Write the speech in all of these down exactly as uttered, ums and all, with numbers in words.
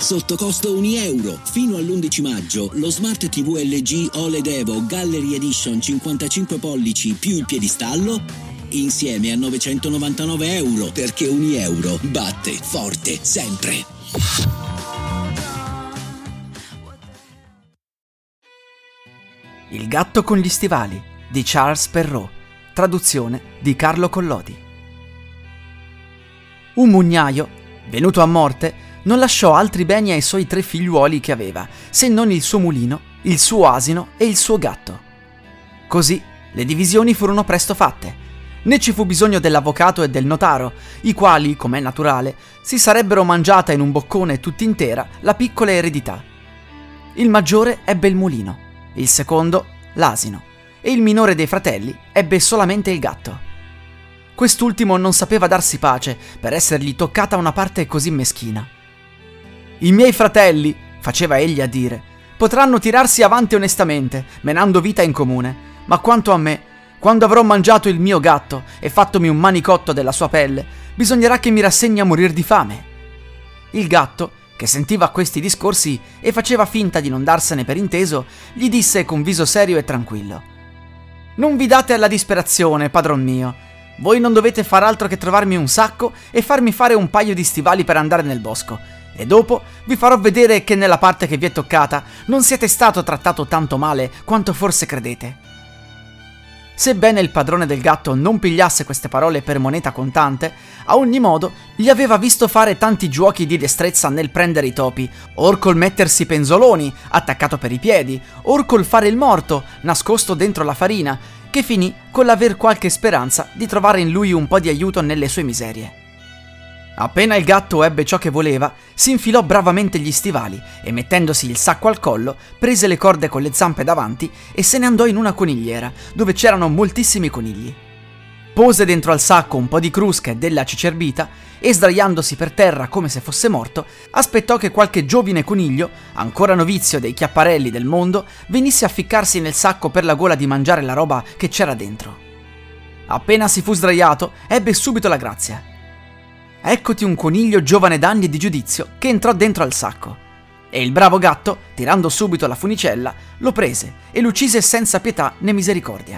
sotto costo un euro. Fino all'undici maggio lo Smart ti vu L G O L E D Evo Gallery Edition cinquantacinque pollici più il piedistallo insieme a novecentonovantanove euro, perché un euro batte forte sempre. Il gatto con gli stivali di Charles Perrault, traduzione di Carlo Collodi. Un mugnaio, venuto a morte, non lasciò altri beni ai suoi tre figliuoli che aveva, se non il suo mulino, il suo asino e il suo gatto. Così le divisioni furono presto fatte. Né ci fu bisogno dell'avvocato e del notaro, i quali, com'è naturale, si sarebbero mangiata in un boccone tutt'intera la piccola eredità. Il maggiore ebbe il mulino, il secondo l'asino, e il minore dei fratelli ebbe solamente il gatto. Quest'ultimo non sapeva darsi pace per essergli toccata una parte così meschina. «I miei fratelli», faceva egli a dire, «potranno tirarsi avanti onestamente, menando vita in comune, ma quanto a me, quando avrò mangiato il mio gatto e fattomi un manicotto della sua pelle, bisognerà che mi rassegni a morir di fame». Il gatto, che sentiva questi discorsi e faceva finta di non darsene per inteso, gli disse con viso serio e tranquillo: «Non vi date alla disperazione, padron mio. Voi non dovete far altro che trovarmi un sacco e farmi fare un paio di stivali per andare nel bosco, e dopo vi farò vedere che nella parte che vi è toccata non siete stato trattato tanto male quanto forse credete». Sebbene il padrone del gatto non pigliasse queste parole per moneta contante, a ogni modo gli aveva visto fare tanti giochi di destrezza nel prendere i topi, or col mettersi penzoloni, attaccato per i piedi, or col fare il morto, nascosto dentro la farina, che finì con l'aver qualche speranza di trovare in lui un po' di aiuto nelle sue miserie. Appena il gatto ebbe ciò che voleva, si infilò bravamente gli stivali e, mettendosi il sacco al collo, prese le corde con le zampe davanti e se ne andò in una conigliera, dove c'erano moltissimi conigli. Pose dentro al sacco un po' di crusca e della cicerbita e, sdraiandosi per terra come se fosse morto, aspettò che qualche giovine coniglio, ancora novizio dei chiapparelli del mondo, venisse a ficcarsi nel sacco per la gola di mangiare la roba che c'era dentro. Appena si fu sdraiato, ebbe subito la grazia. Eccoti un coniglio giovane d'anni e di giudizio che entrò dentro al sacco. E il bravo gatto, tirando subito la funicella, lo prese e lo uccise senza pietà né misericordia.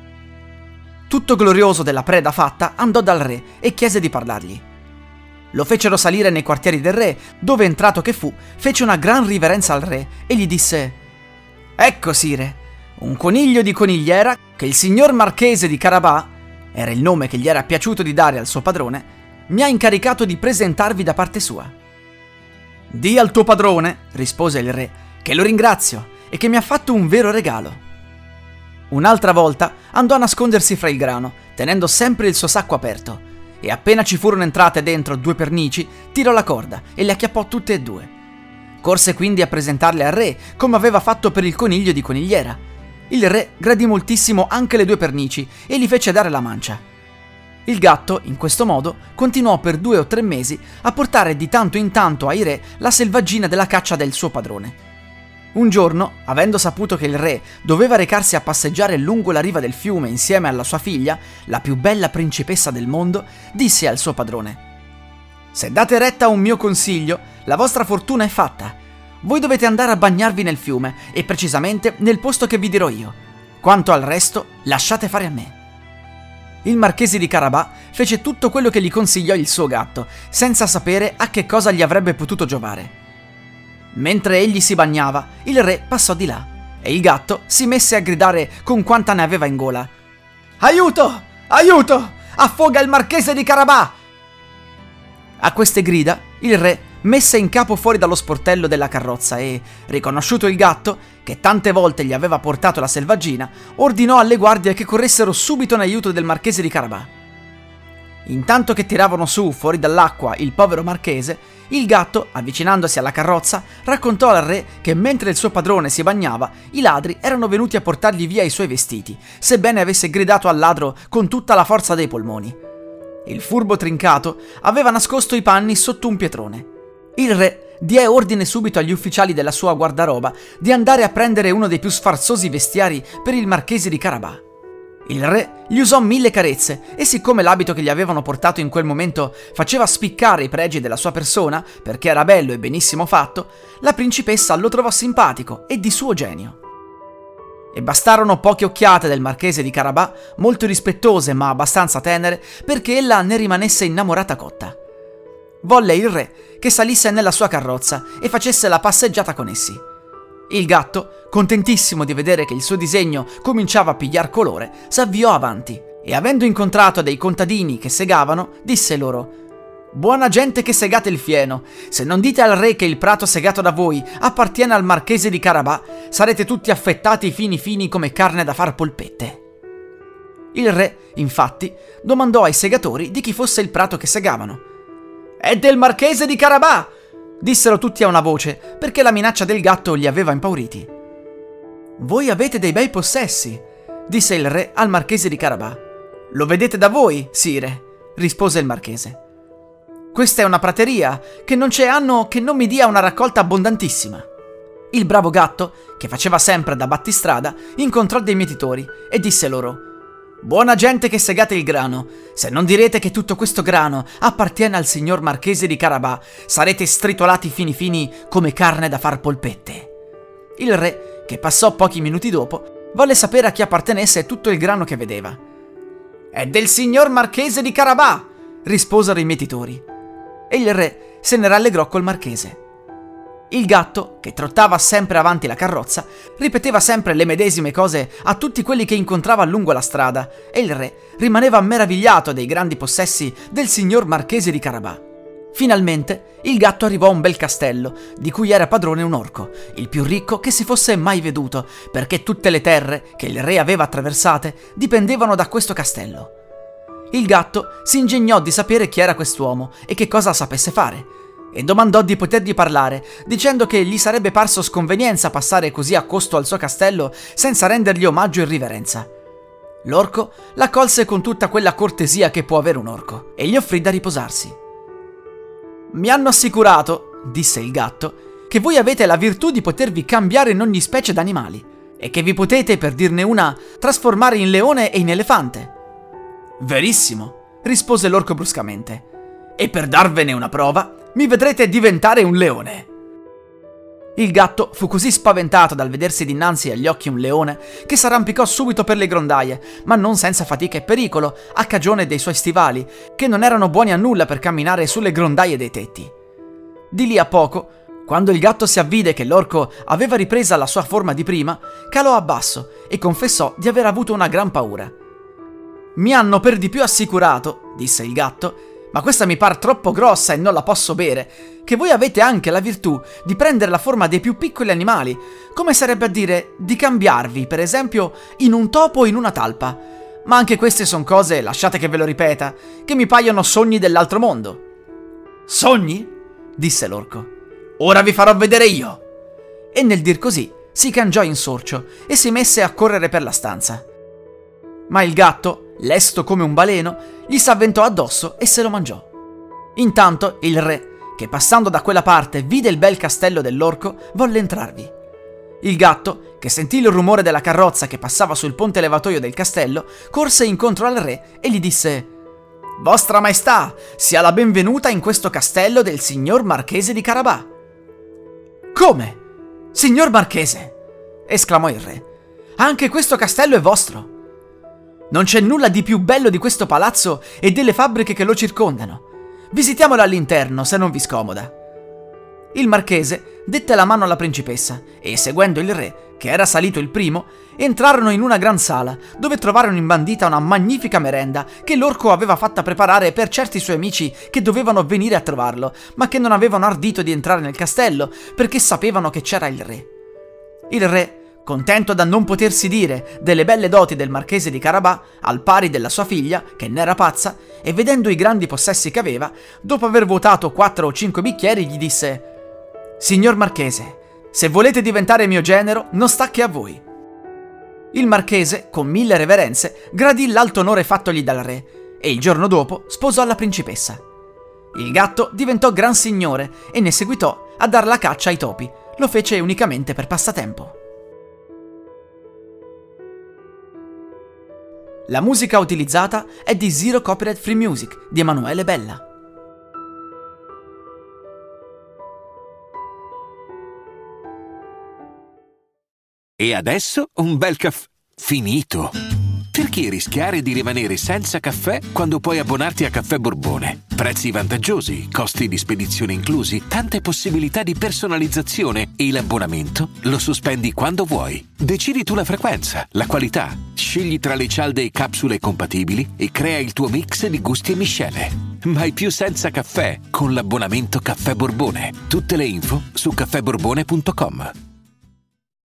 Tutto glorioso della preda fatta, andò dal re e chiese di parlargli. Lo fecero salire nei quartieri del re, dove entrato che fu, fece una gran riverenza al re e gli disse: «Ecco, sire, un coniglio di conigliera che il signor marchese di Carabà», era il nome che gli era piaciuto di dare al suo padrone, «mi ha incaricato di presentarvi da parte sua». «Dì al tuo padrone», rispose il re, «che lo ringrazio e che mi ha fatto un vero regalo». Un'altra volta andò a nascondersi fra il grano, tenendo sempre il suo sacco aperto, e appena ci furono entrate dentro due pernici, tirò la corda e le acchiappò tutte e due. Corse quindi a presentarle al re, come aveva fatto per il coniglio di conigliera. Il re gradì moltissimo anche le due pernici e gli fece dare la mancia. Il gatto, in questo modo, continuò per due o tre mesi a portare di tanto in tanto ai re la selvaggina della caccia del suo padrone. Un giorno, avendo saputo che il re doveva recarsi a passeggiare lungo la riva del fiume insieme alla sua figlia, la più bella principessa del mondo, disse al suo padrone: «Se date retta a un mio consiglio, la vostra fortuna è fatta. Voi dovete andare a bagnarvi nel fiume, e precisamente nel posto che vi dirò io. Quanto al resto, lasciate fare a me». Il marchese di Carabà fece tutto quello che gli consigliò il suo gatto, senza sapere a che cosa gli avrebbe potuto giovare. Mentre egli si bagnava, il re passò di là e il gatto si messe a gridare con quanta ne aveva in gola: «Aiuto! Aiuto! Affoga il marchese di Carabà!» A queste grida, il re messe in capo fuori dallo sportello della carrozza e, riconosciuto il gatto, che tante volte gli aveva portato la selvaggina, ordinò alle guardie che corressero subito in aiuto del marchese di Carabà. Intanto che tiravano su, fuori dall'acqua, il povero marchese, il gatto, avvicinandosi alla carrozza, raccontò al re che mentre il suo padrone si bagnava, i ladri erano venuti a portargli via i suoi vestiti, sebbene avesse gridato al ladro con tutta la forza dei polmoni. Il furbo trincato aveva nascosto i panni sotto un pietrone. Il re diè ordine subito agli ufficiali della sua guardaroba di andare a prendere uno dei più sfarzosi vestiari per il marchese di Carabà. Il re gli usò mille carezze e siccome l'abito che gli avevano portato in quel momento faceva spiccare i pregi della sua persona, perché era bello e benissimo fatto, la principessa lo trovò simpatico e di suo genio. E bastarono poche occhiate del marchese di Carabà, molto rispettose ma abbastanza tenere, perché ella ne rimanesse innamorata cotta. Volle il re che salisse nella sua carrozza e facesse la passeggiata con essi. Il gatto, contentissimo di vedere che il suo disegno cominciava a pigliar colore, s'avviò avanti e avendo incontrato dei contadini che segavano, disse loro: «Buona gente che segate il fieno, se non dite al re che il prato segato da voi appartiene al marchese di Carabà, sarete tutti affettati fini fini come carne da far polpette». Il re, infatti, domandò ai segatori di chi fosse il prato che segavano. «È del marchese di Carabà!» dissero tutti a una voce, perché la minaccia del gatto li aveva impauriti. «Voi avete dei bei possessi», disse il re al marchese di Carabà. «Lo vedete da voi, sire», rispose il marchese. «Questa è una prateria, che non c'è anno che non mi dia una raccolta abbondantissima». Il bravo gatto, che faceva sempre da battistrada, incontrò dei mietitori e disse loro: «Buona gente che segate il grano, se non direte che tutto questo grano appartiene al signor marchese di Carabà, sarete stritolati fini fini come carne da far polpette». Il re, che passò pochi minuti dopo, volle sapere a chi appartenesse tutto il grano che vedeva. «È del signor marchese di Carabà», risposero i mietitori. E il re se ne rallegrò col marchese. Il gatto, che trottava sempre avanti la carrozza, ripeteva sempre le medesime cose a tutti quelli che incontrava lungo la strada, e il re rimaneva meravigliato dei grandi possessi del signor marchese di Carabà. Finalmente il gatto arrivò a un bel castello, di cui era padrone un orco, il più ricco che si fosse mai veduto, perché tutte le terre che il re aveva attraversate dipendevano da questo castello. Il gatto si ingegnò di sapere chi era quest'uomo e che cosa sapesse fare, e domandò di potergli parlare, dicendo che gli sarebbe parso sconvenienza passare così a costo al suo castello senza rendergli omaggio e riverenza. L'orco l'accolse con tutta quella cortesia che può avere un orco e gli offrì da riposarsi. «Mi hanno assicurato», disse il gatto, «che voi avete la virtù di potervi cambiare in ogni specie d'animali e che vi potete, per dirne una, trasformare in leone e in elefante». «Verissimo», rispose l'orco bruscamente, «e per darvene una prova mi vedrete diventare un leone». Il gatto fu così spaventato dal vedersi dinanzi agli occhi un leone che s'arrampicò subito per le grondaie, ma non senza fatica e pericolo, a cagione dei suoi stivali, che non erano buoni a nulla per camminare sulle grondaie dei tetti. Di lì a poco, quando il gatto si avvide che l'orco aveva ripresa la sua forma di prima, calò a basso e confessò di aver avuto una gran paura. «Mi hanno per di più assicurato», disse il gatto, «ma questa mi par troppo grossa e non la posso bere, che voi avete anche la virtù di prendere la forma dei più piccoli animali, come sarebbe a dire di cambiarvi, per esempio, in un topo o in una talpa. Ma anche queste son cose, lasciate che ve lo ripeta, che mi paiono sogni dell'altro mondo». «Sogni?» disse l'orco. «Ora vi farò vedere io». E nel dir così si cangiò in sorcio e si messe a correre per la stanza. Ma il gatto, lesto come un baleno, gli s'avventò addosso e se lo mangiò. Intanto il re, che passando da quella parte vide il bel castello dell'orco, volle entrarvi. Il gatto, che sentì il rumore della carrozza che passava sul ponte levatoio del castello, corse incontro al re e gli disse: «Vostra Maestà, sia la benvenuta in questo castello del signor marchese di Carabà». «Come? Signor marchese?» esclamò il re. «Anche questo castello è vostro?» «Non c'è nulla di più bello di questo palazzo e delle fabbriche che lo circondano. Visitiamolo all'interno, se non vi scomoda». Il marchese dette la mano alla principessa e, seguendo il re, che era salito il primo, entrarono in una gran sala, dove trovarono imbandita una magnifica merenda che l'orco aveva fatta preparare per certi suoi amici che dovevano venire a trovarlo, ma che non avevano ardito di entrare nel castello perché sapevano che c'era il re. Il re, contento da non potersi dire delle belle doti del marchese di Carabà, al pari della sua figlia, che n'era pazza, e vedendo i grandi possessi che aveva, dopo aver vuotato quattro o cinque bicchieri, gli disse: «Signor marchese, se volete diventare mio genero, non sta che a voi». Il marchese, con mille reverenze, gradì l'alto onore fattogli dal re, e il giorno dopo sposò la principessa. Il gatto diventò gran signore e ne seguitò a dar la caccia ai topi. Lo fece unicamente per passatempo. La musica utilizzata è di Zero Copyright Free Music di Emanuele Bella. E adesso un bel caffè finito. Perché rischiare di rimanere senza caffè quando puoi abbonarti a Caffè Borbone? Prezzi vantaggiosi, costi di spedizione inclusi, tante possibilità di personalizzazione e l'abbonamento lo sospendi quando vuoi. Decidi tu la frequenza, la qualità, scegli tra le cialde e capsule compatibili e crea il tuo mix di gusti e miscele. Mai più senza caffè con l'abbonamento Caffè Borbone. Tutte le info su caffè borbone punto com.